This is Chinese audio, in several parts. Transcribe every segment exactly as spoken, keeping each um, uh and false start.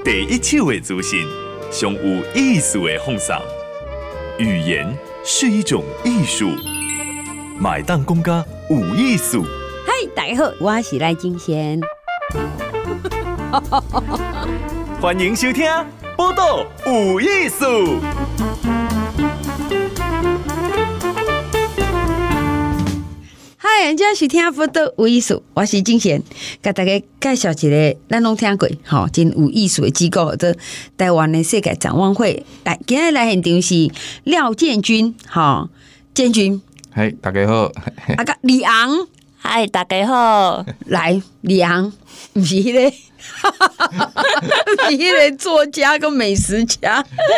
第一手的资讯，上有意思的放送。语言是一种艺术，买当讲甲有意思。 嗨，大家好，我是赖金贤。 欢迎收听《报道有意思》。 嗨，人家是听报道有意思，我是金贤，给大家介绍一个咱拢听过，吼，真有意思的机构，这台湾的世界展望会。来，今日来现场是廖建军，吼，建军， 嗨，大家好。 啊个李昂， 嗨，大家好。 来，李昂，不是迄个。不是迄个作家跟美食家，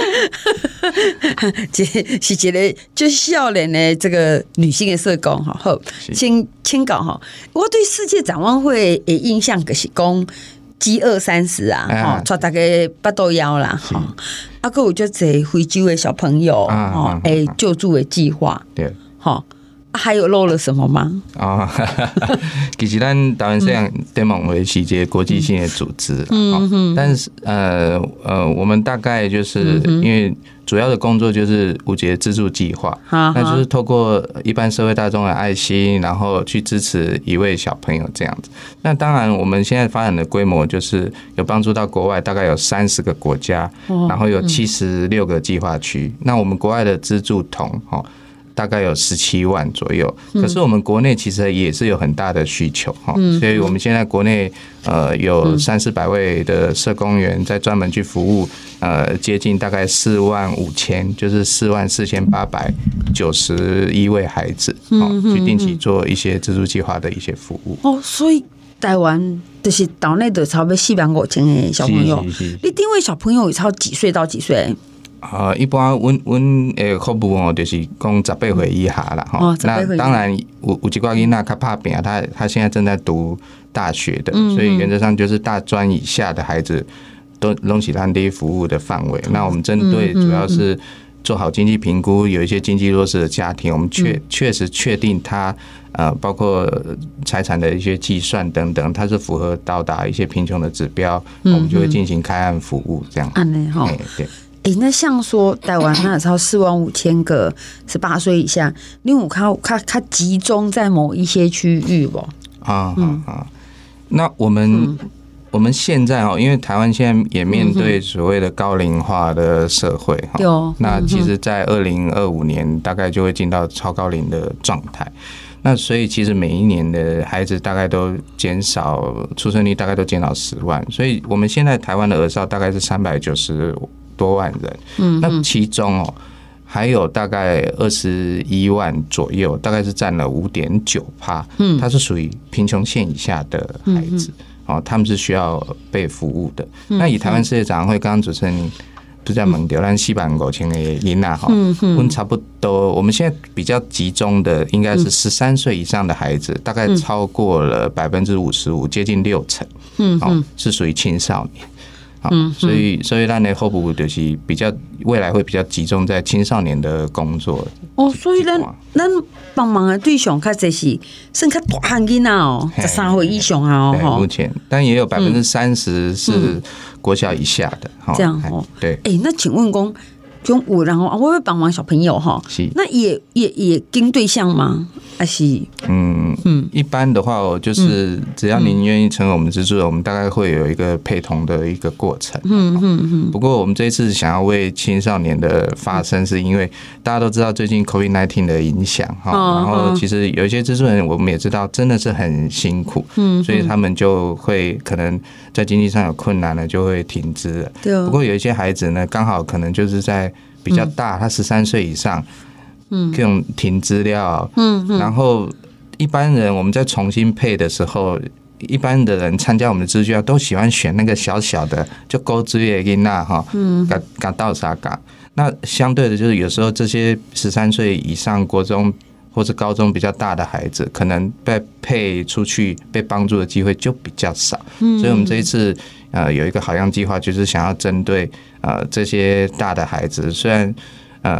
这是一个就是少年的这个女性的社工哈。好，请请讲哈。我对世界展望会的印象就是讲 G 二三十啊，哈，带大家巴肚枵啦，哈。啊，还有就这非洲的小朋友哈，诶，救助的计划， 对， 哈。还有漏了什么吗？ 哦，其实咱台湾这样联盟会是一个国际性的组织，嗯嗯，但是呃呃，我们大概就是因为主要的工作就是五节资助计划，嗯、那就是透过一般社会大众的爱心，然后去支持一位小朋友这样子。那当然，我们现在发展的规模就是有帮助到国外，大概有三十个国家，然后有七十六个计划区。那我们国外的资助桶，哈。大概有十七万左右，可是我们国内其实也是有很大的需求哈，所以我们现在国内呃有三四百位的社工员在专门去服务，呃接近大概四万五千，就是四万四千八百九十一位孩子，哦，去定期做一些资助计划的一些服务。 哦，所以台湾就是岛内的差不多四万五千的小朋友，你定位小朋友超几岁到几岁？ 呃，一般阮阮诶服务哦，就是讲十八岁以下啦哈。哦，那当然有有一寡囡仔较拍拼，他他现在正在读大学的，嗯嗯，所以原则上就是大专以下的孩子都拢是咱的服务的范围。嗯、那我们针对主要是做好经济评估，有一些经济弱势的家庭，我们确确实确定他呃，包括财产的一些计算等等，它是符合到达一些贫穷的指标，嗯嗯，我们就会进行开案服务这样。 安尼吼， 对。 欸、那像说台湾那超四万五千个十八岁以下，你有看它它集中在某一些区域不？ 啊啊啊！那我们、嗯、我们现在哦，因为台湾现在也面对所谓的高龄化的社会哈， 有、 那其实，在二零二五年大概就会进到超高龄的状态。那所以其实每一年的孩子大概都减少出生率，大概都减少十万。所以我们现在台湾的儿少大概是三百九十多万人，嗯，那其中哦，还有大概二十一万左右，大概是占了五点九趴，嗯，它是属于贫穷线以下的孩子，哦，他们是需要被服务的。那以台湾世界展望会，刚刚主持人不是在问到，咱四万五千个囡仔哈，我们差不多，我们现在比较集中的应该是十三岁以上的孩子，大概超过了百分之五十五，接近六成，嗯，哦，是属于青少年。嗯，所以所以咱的服务就是比较未来会比较集中在青少年的工作。 哦，所以咱咱帮忙的对象较侪是算较大汉囡仔哦，十三岁以上啊哦。 目前，但也有百分之三十是国小以下的。 嗯、这样哦， 对。 哎、欸，那请问公，就我然后我会帮忙小朋友哈，那也也也跟对象吗？还是嗯嗯，一般的话，我就是只要您愿意成为我们资助人，我们大概会有一个配同的一个过程。嗯嗯嗯。不过我们这一次想要为青少年的发声，是因为大家都知道最近 COVID 十九 的影响哈，然后其实有一些资助人我们也知道真的是很辛苦，嗯，所以他们就会可能在经济上有困难了，就会停资了。对。不过有一些孩子呢，刚好可能就是在比较大，他十三岁以上。嗯，这种停资料，嗯，然后一般人我们在重新配的时候，一般的人参加我们的资助都喜欢选那个小小的，就高资源囡仔哈，嗯，嘎嘎到啥嘎。那相对的，就是有时候这些十三岁以上国中或者高中比较大的孩子，可能被配出去被帮助的机会就比较少。嗯，所以我们这一次呃有一个好样计划，就是想要针对呃这些大的孩子，虽然呃。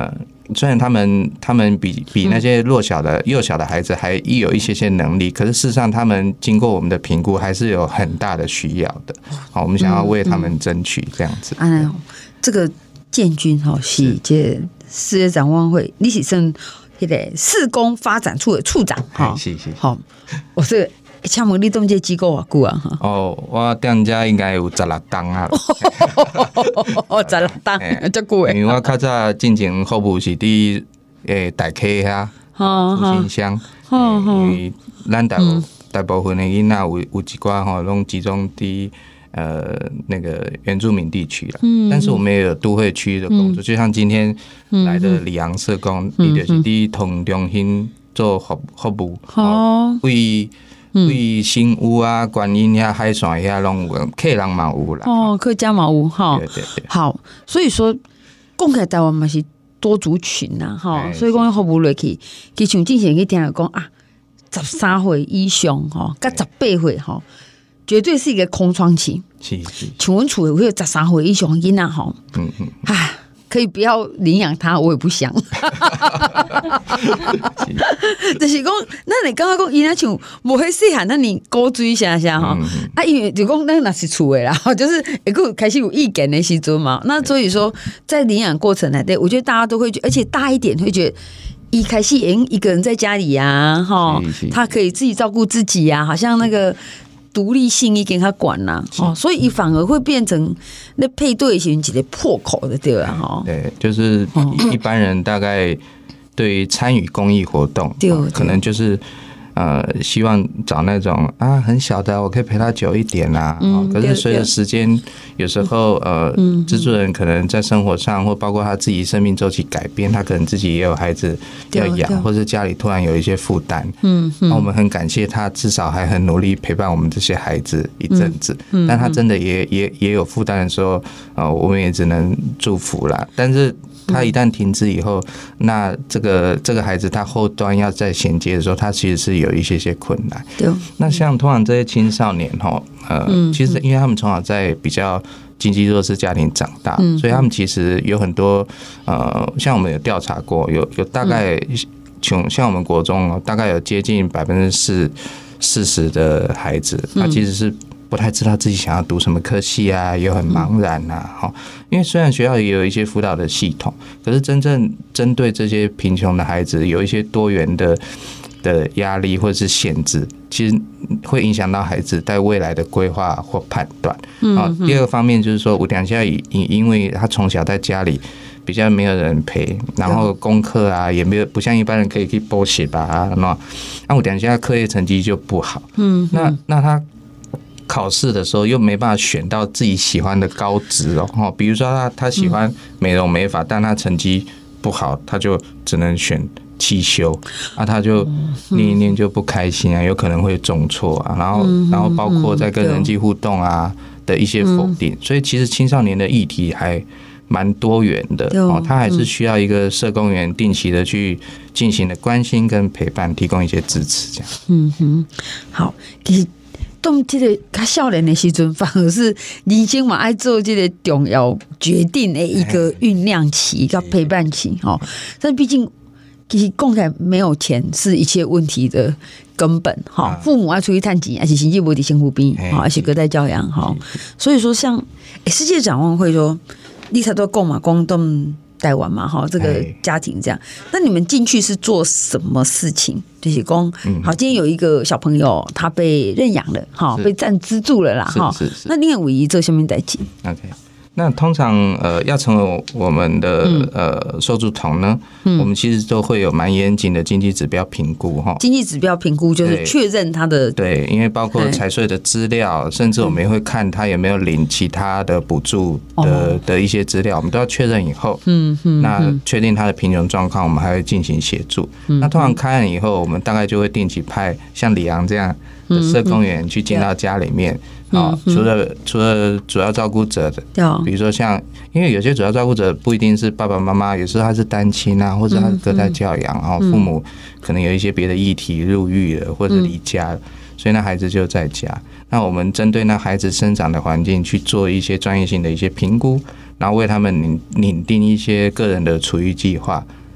虽然他们他们比比那些弱小的幼小的孩子还有一些些能力，可是事实上他们经过我们的评估，还是有很大的需要的。好，我们想要为他们争取这样子。 哎、嗯，这个建军哈是这世界展望会，你是算那个市工发展处的处长哈？ 是是。 好，我这个。请问你动这机构啊？久啊？ 哦，我店家应该有十六档啊。 哦，十六档，足久诶。 因为我较早进前服务是伫诶大溪遐，复兴乡。因为咱大大部分的囡仔有有一寡吼，拢集中伫呃那个原住民地区啦。嗯。但是我们也有都会区的工作，就像今天来的里昂社工，伊就是伫同中心做服服务，哦，为。为新屋啊、观音遐、海线遐，拢有客人嘛有啦。 哦，客家嘛有哈。 对对对。 好，所以说，讲起来台湾嘛是多族群呐，哈，所以讲服务落去，其实像之前去听人讲啊，十三岁以上哈，甲十八岁哈，绝对是一个空窗期。 是是。 像阮厝会有十三岁以上囡仔哈，嗯嗯，唉。可以不要领养他，我也不想。就是讲，那你刚刚讲，伊那像无迄细汉，那你高追下下哈啊，因为就讲那那是厝的啦，就是一个开始有意见的时阵嘛。那所以说，在领养过程来对，我觉得大家都会觉得，而且大一点会觉得。一开始一个人在家里呀，哈，他可以自己照顾自己呀，好像那个。独立性已经他管啦，哦，所以反而会变成那配对型几个破口的对吧？哈， 对，就是一般人大概对于参与公益活动，哦、可能就是呃希望找那种啊很小的，我可以陪他久一点啦、啊。嗯、可是随着时间，有时候呃，资助人可能在生活上或包括他自己生命周期改变，他可能自己也有孩子要养，或者家里突然有一些负担。嗯，那我们很感谢他，至少还很努力陪伴我们这些孩子一阵子。嗯，但他真的也也也有负担的时候，呃，我们也只能祝福啦。但是。他一旦停止以后，那这个这个孩子他后端要再衔接的时候，他其实是有一些些困难。对。那像通常这些青少年哈，呃，其实因为他们从小在比较经济弱势家庭长大，所以他们其实有很多呃，像我们有调查过，有有大概像像我们国中大概有接近百分之四四十的孩子，他其实是。不太知道自己想要读什么科系啊，也很茫然啊，哈。因为虽然学校也有一些辅导的系统，可是真正针对这些贫穷的孩子，有一些多元的的压力或者是限制，其实会影响到孩子在未来的规划或判断。啊，第二个方面就是说，我等一下因因为他从小在家里比较没有人陪，然后功课啊也没有不像一般人可以去补习吧，那那我等一下课业成绩就不好。嗯，那那他。考试的时候又没办法选到自己喜欢的高职哦，比如说他他喜欢美容美发，但他成绩不好，他就只能选汽修啊，他就念一念就不开心啊，有可能会中错啊，然后然后包括在跟人际互动啊的一些否定，所以其实青少年的议题还蛮多元的哦，他还是需要一个社工员定期的去进行的关心跟陪伴，提供一些支持，这样。嗯哼， 好，其实。动这个较少年的时阵，反而是人生嘛爱做这个重要决定的一个酝酿期、跟陪伴期哈。但毕竟，其实讲起来没有钱是一切问题的根本哈。父母要出去探钱，而且经济不得辛苦病哈，而且隔代教养哈。所以说像，像世界展望会说，你才都讲嘛，讲动。台湾嘛，哈，这个家庭这样，那你们进去是做什么事情？就是讲，好，今天有一个小朋友他被认养了，哈，被暂资助了啦，哈。那你很唯一做什么代志 ？OK。那通常呃要成为我们的呃受助童呢，嗯、我们其实都会有蛮严谨的经济指标评估哈。 经济指标评估就是确认他的对，因为包括财税的资料，甚至我们也会看他有没有领其他的补助的、哦、的一些资料，我们都要确认以后，嗯嗯，那确定他的贫穷状况，我们还会进行协助。嗯、那通常开案以后，我们大概就会定期派像李昂这样的社工员去进到家里面。哦，除了除了主要照顾者的，比如说像，因为有些主要照顾者不一定是爸爸妈妈，有时候他是单亲啊，或者他是隔代教养，然后父母可能有一些别的议题入狱了或者离家了，所以那孩子就在家。那我们针对那孩子生长的环境去做一些专业性的一些评估，然后为他们拟拟定一些个人的处遇计划。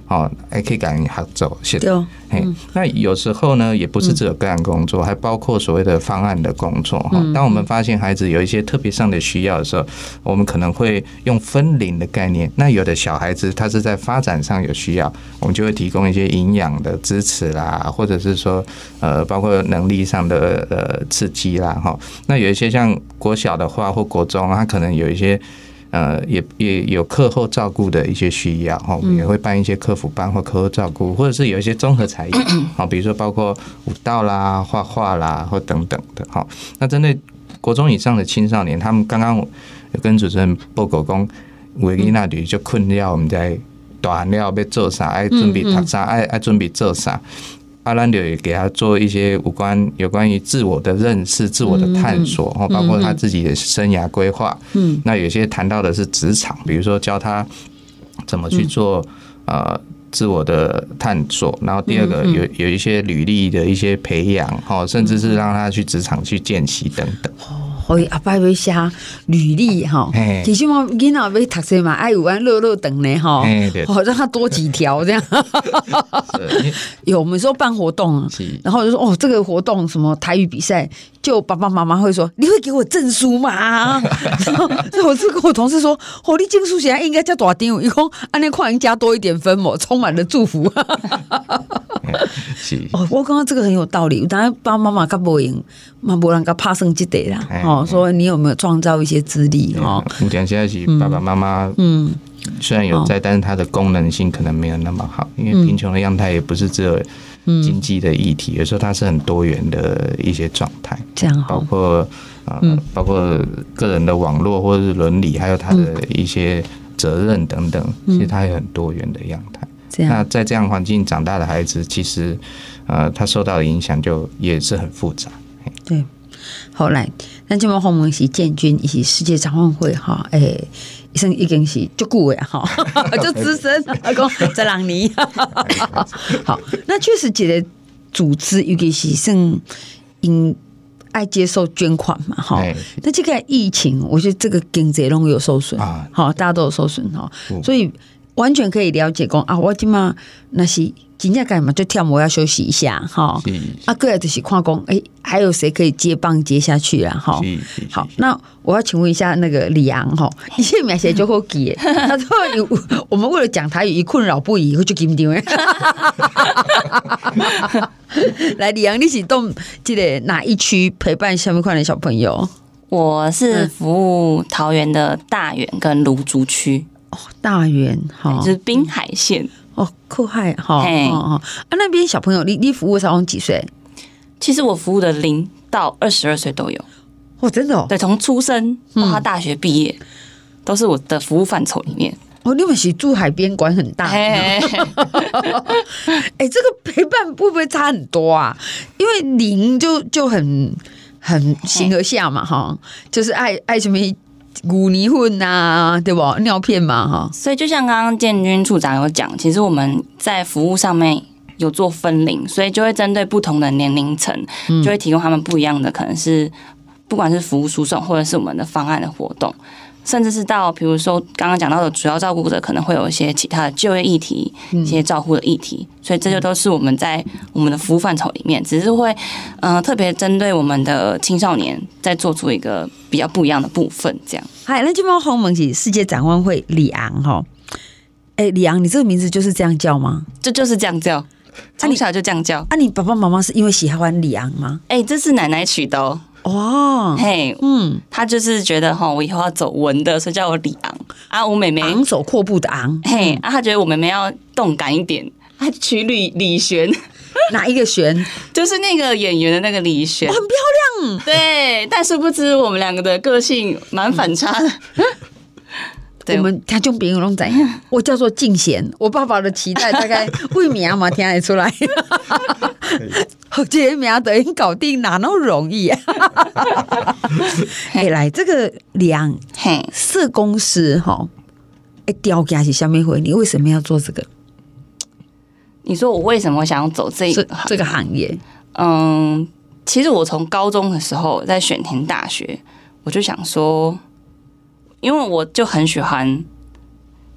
哦，还可以跟人合作，是的。嘿， 嗯、 那有时候呢，也不是只有个案工作，嗯、还包括所谓的方案的工作哈。嗯、当我们发现孩子有一些特别上的需要的时候，我们可能会用分龄的概念。那有的小孩子他是在发展上有需要，我们就会提供一些营养的支持啦，或者是说呃，包括能力上的呃刺激啦哈。那有一些像国小的话或国中，他可能有一些。呃，也也有课后照顾的一些需要哈，我们也会办一些课辅班或课后照顾，或者是有一些综合才艺，好，比如说包括舞蹈啦、画画啦或等等的哈。那针对国中以上的青少年，他们刚刚有跟主持人报告讲，有的囡仔就困扰我们在大汉了要做啥，爱准备读啥，爱爱准备做啥。啊，咱就给他做一些有关有关于自我的认识、自我的探索，嗯、包括他自己的生涯规划。嗯，那有些谈到的是职场，比如说教他怎么去做、嗯、呃自我的探索，然后第二个有有一些履历的一些培养，哈，甚至是让他去职场去见习等等。 所以阿爸要写履历哈，其实我囡仔要读书嘛，爱有安热热等呢哈，好让他多几条这样。有我们说办活动，然后就说哦，这个活动什么台语比赛，就爸爸妈妈会说你会给我证书吗？然后我是跟我同事说，哦，你证书现在应该叫大张，伊讲安尼看人加多一点分嘛，充满了祝福。哦，我刚刚这个很有道理，当然爸爸妈妈较无用，嘛无人甲拍算这个啦。哦，说你有没有创造一些资历？哦， 目前现在是爸爸妈妈，嗯，虽然有在，但是它的功能性可能没有那么好，因为贫穷的样态也不是只有经济的议题，有时候它是很多元的一些状态， 这样包括呃，包括个人的网络或者是伦理，还有他的一些责任等等，其实它有很多元的样态。那在这样环境长大的孩子，其实呃，他受到的影响就也是很复杂。 对，后来咱这边访问是建军，以及世界展望会哈，诶，医生已经是足久的哈，就资深，阿公十六年。好，那确实一个组织，尤其是算因爱接受捐款嘛，哈。那这个疫情，我觉得这个经济拢有受损，好，大家都有受损哈，所以。完全可以了解讲啊，我今嘛那是真正干嘛就跳，我要休息一下哈。啊，过来就是看讲，哎、欸，还有谁可以接棒接下去啦？哈。好，那我要请问一下那个李昂哈，一些名写就好记，他说有我们为了讲台语，一困扰不已，会就紧张诶。来，李昂，你是动这个哪一区陪伴下面款的小朋友？ 我是服务桃园的大园跟芦竹区。 哦，大园哈， 就是滨海线哦，靠海哈哦啊，那边小朋友，你你服务的时几岁？ 其实我服务的零到二十二岁都有。 哦，真的哦， 对，从出生到他大学毕业，嗯、都是我的服务范畴里面。 哦，你们是住海边，管很大。哎、欸，这个陪伴会不会差很多啊？因为零就就很很形而下嘛，哈，就是爱爱什么。骨泥混呐，对不？尿片嘛，哈。 所以就像刚刚建军处长有讲，其实我们在服务上面有做分龄，所以就会针对不同的年龄层，就会提供他们不一样的，可能是不管是服务输送，或者是我们的方案的活动，甚至是到比如说刚刚讲到的主要照顾者，可能会有一些其他的就业议题、一些照护的议题，所以这就都是我们在我们的服务范畴里面，只是会呃特别针对我们的青少年，再做出一个比较不一样的部分，这样。 嗨，那这边访问是世界展望会李昂哈，哎、欸，李昂，你这个名字就是这样叫吗？ 这就是这样叫，从小就这样叫。 啊，你爸爸妈妈是因为喜欢李昂吗？ 哎、欸，这是奶奶取的哦。 哇， 嘿，嗯，他就是觉得哈，我以后要走文的，所以叫我李昂啊。我妹妹昂首阔步的昂， 嘿，啊，他觉得我妹妹要动感一点，他取李李璇， 哪一个璇？ 就是那个演员的那个李璇， 很漂亮。 对，但殊不知我们两个的个性蛮反差的。 我们他就别人拢怎样？我叫做敬贤，我爸爸的期待大概为名嘛听得出来。我这名都已经搞定，哪那么容易啊？哎，来这个梁社工师哈，哎，调价是什么回？你为什么要做这个？ 你说我为什么想要走这个这个行业？ 嗯，其实我从高中的时候在选填大学，我就想说。因为我就很喜欢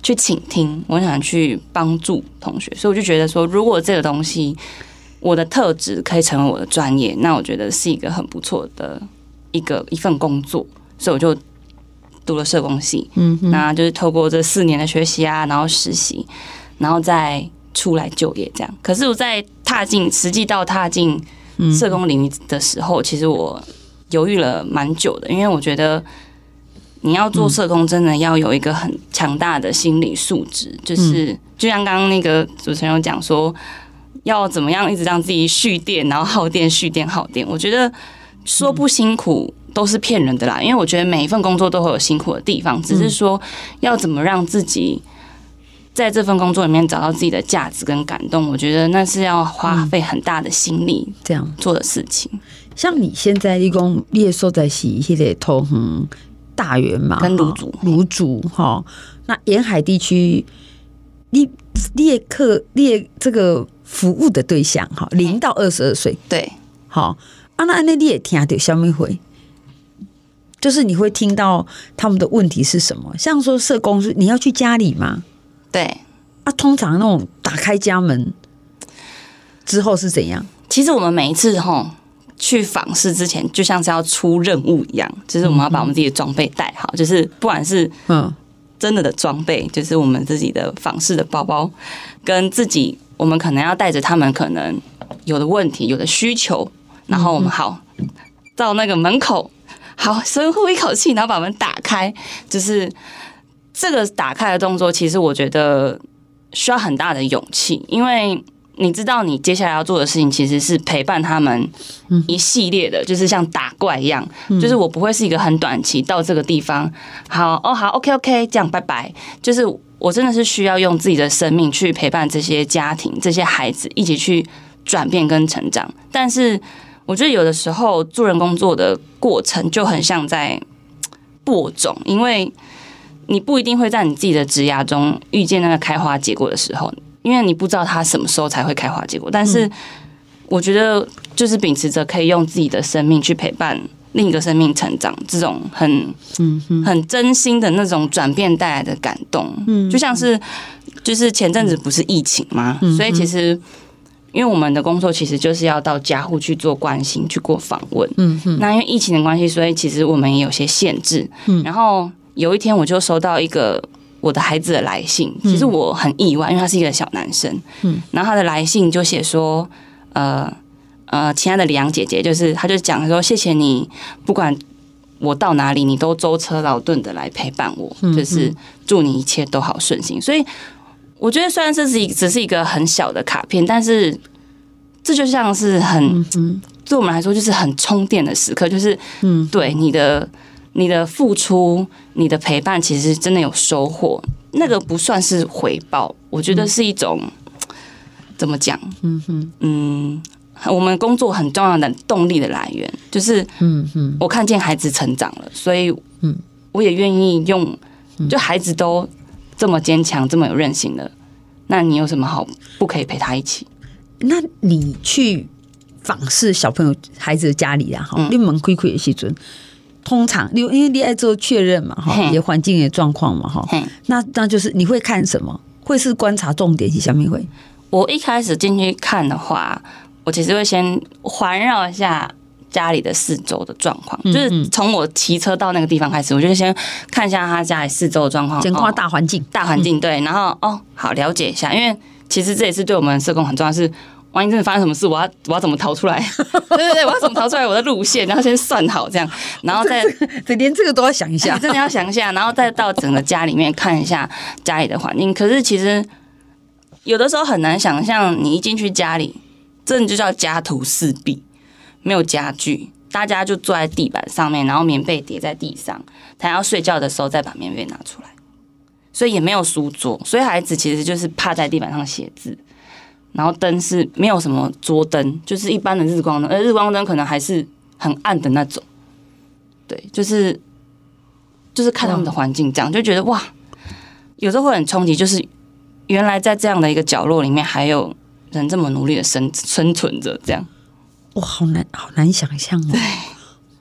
去倾听，我很想去帮助同学，所以我就觉得说，如果这个东西我的特质可以成为我的专业，那我觉得是一个很不错的一个一份工作，所以我就读了社工系，嗯，那就是透过这四年的学习啊，然后实习，然后再出来就业这样。可是我在踏进实际到踏进社工领域的时候，其实我犹豫了蛮久的，因为我觉得你要做社工，真的要有一个很强大的心理素质，就是就像刚刚那个主持人有讲说，要怎么样一直让自己蓄电，然后耗电、蓄电、耗电。我觉得说不辛苦都是骗人的啦，因为我觉得每一份工作都会有辛苦的地方，只是说要怎么让自己在这份工作里面找到自己的价值跟感动，我觉得那是要花费很大的心力这样做的事情。 像你现在你讲你的所在是迄个桃园大园嘛， 跟芦竹芦竹哈，那沿海地区，你你的客你的这个服务的对象哈，零到二十二岁， 对， 好啊，那那你也听到什么会？就是你会听到他们的问题是什么？像说社工是你要去家里吗？ 对啊，通常那种打开家门之后是怎样？ 其实我们每一次吼去访视之前，就像是要出任务一样，就是我们要把我们自己的装备带好，就是不管是嗯真的的装备，就是我们自己的访视的包包，跟自己我们可能要带着他们可能有的问题、有的需求，然后我们好到那个门口。好，深呼一口气，然后把门打开。就是这个打开的动作，其实我觉得需要很大的勇气，因为你知道你接下来要做的事情其实是陪伴他们一系列的，就是像打怪一样。就是我不会是一个很短期到这个地方，好哦，好 ，OK OK， 这样拜拜。就是我真的是需要用自己的生命去陪伴这些家庭、这些孩子一起去转变跟成长，但是。我觉得有的时候助人工作的过程就很像在播种，因为你不一定会在你自己的职涯中遇见那个开花结果的时候，因为你不知道它什么时候才会开花结果。但是我觉得就是秉持着可以用自己的生命去陪伴另一个生命成长，这种很很真心的那种转变带来的感动，就像是就是前阵子不是疫情吗？所以其实。因为我们的工作其实就是要到家户去做关心、去过访问。嗯嗯。那因为疫情的关系，所以其实我们也有些限制。嗯。然后有一天我就收到一个我的孩子的来信，其实我很意外，因为他是一个小男生。嗯。然后他的来信就写说：“呃呃，亲爱的李阳姐姐，就是他就讲说，谢谢你，不管我到哪里，你都舟车劳顿的来陪伴我，就是祝你一切都好顺心。”所以。我觉得虽然这是一只是一个很小的卡片，但是这就像是很对我们来说就是很充电的时刻，就是嗯，对你的你的付出、你的陪伴，其实真的有收获，那个不算是回报，我觉得是一种怎么讲？嗯哼，嗯，我们工作很重要的动力的来源，就是嗯哼，我看见孩子成长了，所以嗯，我也愿意用，就孩子都。这么坚强，这么有韧性的，那你有什么好不可以陪他一起？ 那你去访视小朋友、孩子的家里啊，哈，你门开开的时阵，通常因为你爱做确认嘛，哈，也环境的状况嘛，哈，那那就是你会看什么？会是观察重点是什么？会？ 我一开始进去看的话，我其实会先环绕一下。家里的四周的状况，就是从我骑车到那个地方开始，我就先看一下他家里四周的状况， 先看大环境， 大环境对，然后哦，好了解一下，因为其实这也是对我们社工很重要，是万一真的发生什么事，我要我要怎么逃出来？对对对，我要怎么逃出来？我的路线，然后先算好这样，然后再这连这个都要想一下， 真的要想一下，然后再到整个家里面看一下家里的环境。可是其实有的时候很难想象，你一进去家里，真的就叫家徒四壁。没有家具，大家就坐在地板上面，然后棉被叠在地上。他要睡觉的时候再把棉被拿出来，所以也没有书桌，所以孩子其实就是趴在地板上写字。然后灯是没有什么桌灯，就是一般的日光灯，而日光灯可能还是很暗的那种。对，就是就是看他们的环境，这样就觉得哇，有时候会很冲击，就是原来在这样的一个角落里面，还有人这么努力的生生存着，这样。 哇，好难，好难想象哦！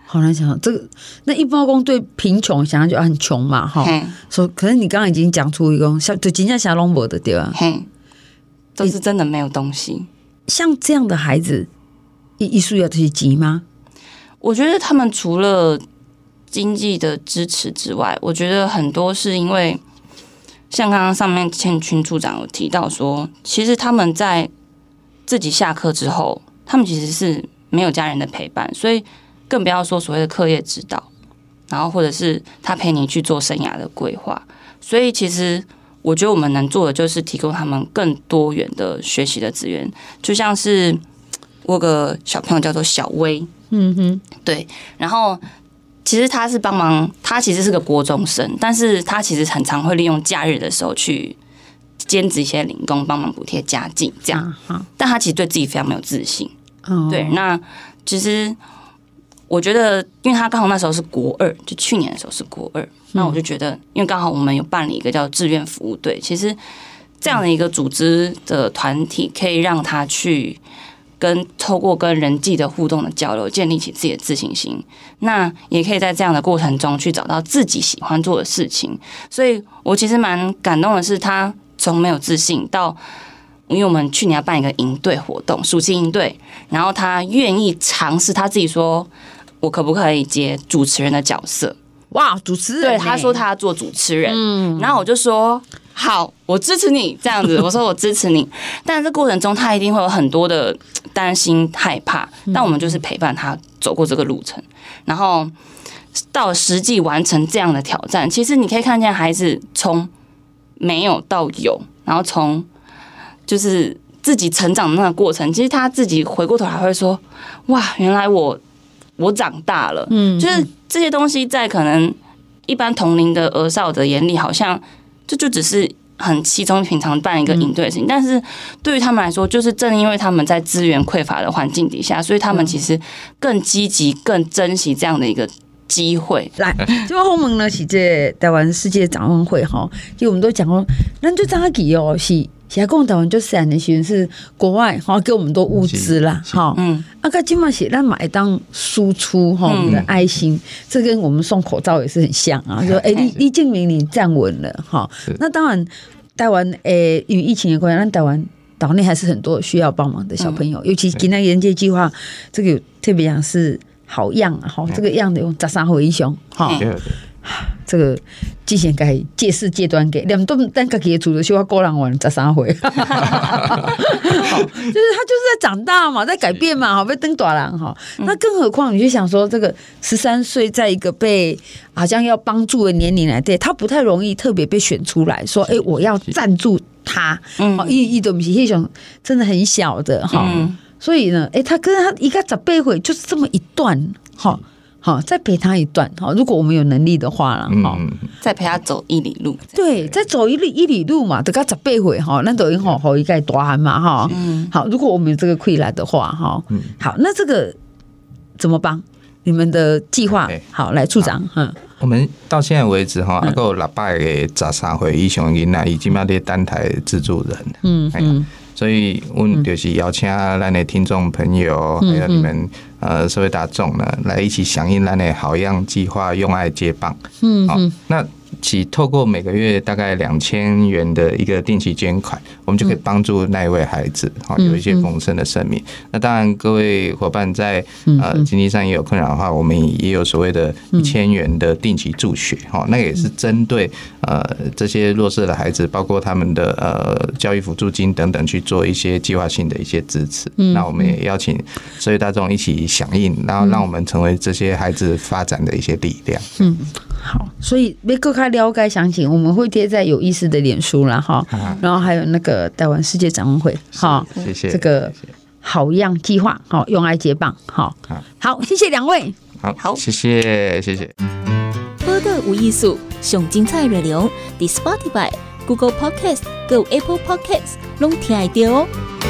好难想象这个。那一般公对贫穷想象就很穷嘛，哈。说，可是你刚刚已经讲出一个像对金家霞龙博的对吧？ 嘿，都是真的没有东西。 像这样的孩子，艺术要这些急吗？ 我觉得他们除了经济的支持之外，我觉得很多是因为，像刚刚上面千群处长有提到说，其实他们在自己下课之后，他们其实是没有家人的陪伴，所以更不要说所谓的课业指导，然后或者是他陪你去做生涯的规划。所以其实我觉得我们能做的就是提供他们更多元的学习的资源，就像是我有个小朋友叫做小薇，嗯哼，对，然后其实他是帮忙，他其实是个国中生，但是他其实很常会利用假日的时候去兼职一些零工，帮忙补贴家计这样，啊、但他其实对自己非常没有自信，哦、对，那其实我觉得，因为他刚好那时候是国二，就去年的时候是国二，那我就觉得，因为刚好我们有办理一个叫志愿服务队，其实这样的一个组织的团体，可以让他去跟透过跟人际的互动的交流，建立起自己的自信心。那也可以在这样的过程中去找到自己喜欢做的事情。所以我其实蛮感动的是，他从没有自信到。因为我们去年要办一个营队活动，暑期营队，然后他愿意尝试，他自己说，我可不可以接主持人的角色？ 哇，主持人、 对， 欸， 他说他要做主持人，嗯，然后我就说好，我支持你这样子，我说我支持你，但这过程中他一定会有很多的担心、害怕，但我们就是陪伴他走过这个路程，然后到实际完成这样的挑战，其实你可以看见孩子从没有到有，然后从就是自己成长的那个过程，其实他自己回过头还会说：“哇，原来我我长大了。”嗯，就是这些东西在可能一般同龄的儿少的眼里，好像这就只是很稀松平常办一个营队的事情，嗯、但是对于他们来说，就是正因为他们在资源匮乏的环境底下，所以他们其实更积极、更珍惜这样的一个机会。 来，这个后门呢是这台湾世界展望会哈，其实我们都讲过，那就早期哦是。现在跟台湾就散的时候是国外哈给我们多物资啦哈，嗯，啊个今嘛是咱买当输出哈，我们的爱心，嗯、这跟我们送口罩也是很像啊，说哎、欸、你你证明你站稳了哈，那当然台湾诶、欸、因为疫情的关系，咱台湾岛内还是很多需要帮忙的小朋友，嗯、尤其今天连接计划这个特别讲是好样啊哈，这个样的用十三岁以上哈。这个之前该借势借端给，两都单个给主的希望过人玩十三回，就是他就是在长大嘛，在改变嘛，好被登短郎哈。那更何况你就想说，这个十三岁在一个被好像要帮助的年龄来，对他不太容易特别被选出来说，哎、欸，我要赞助他，嗯，一一种是那种真的很小的哈，嗯、所以呢，哎、欸，他跟他一个十八回就是这么一段哈。好，再陪他一段。好，如果我们有能力的话了，哈、嗯， 再陪他走一里路。 对，再走一里一里路嘛，得个十八回哈，那等于好好一盖大汉嘛哈。嗯，好，如果我们有这个困难的话哈，嗯，好，那这个怎么帮？你们的计划好，来处长，嗯。 我们到现在为止哈，还有六百个十三岁以上的囡仔，已经嘛在单台资助人。嗯嗯。所以，我们就是邀请咱的听众朋友，还有你们呃社会大众呢，来一起响应咱的好样计划，用爱接棒。嗯，好，那其透过每个月大概两千元的一个定期捐款，我们就可以帮助那一位孩子，好有一些丰盛的生命。那当然，各位伙伴在呃经济上也有困扰的话，我们也有所谓的一千元的定期助学，哈，那也是针对呃这些弱势的孩子，包括他们的呃教育辅助金等等去做一些计划性的一些支持。那我们也邀请社会大众一起响应，然后让我们成为这些孩子发展的一些力量。嗯， 好，所以要更加了解详情，我们会贴在有意思的脸书啦哈，然后还有那个台湾世界展望会哈， 谢谢这个好样计划，好用爱接棒，好，好，谢谢两位， 好，谢谢谢谢。 播的有艺术，上精彩内容，伫 Spotify、Google Podcast、有 Apple Podcast 拢听得到哦。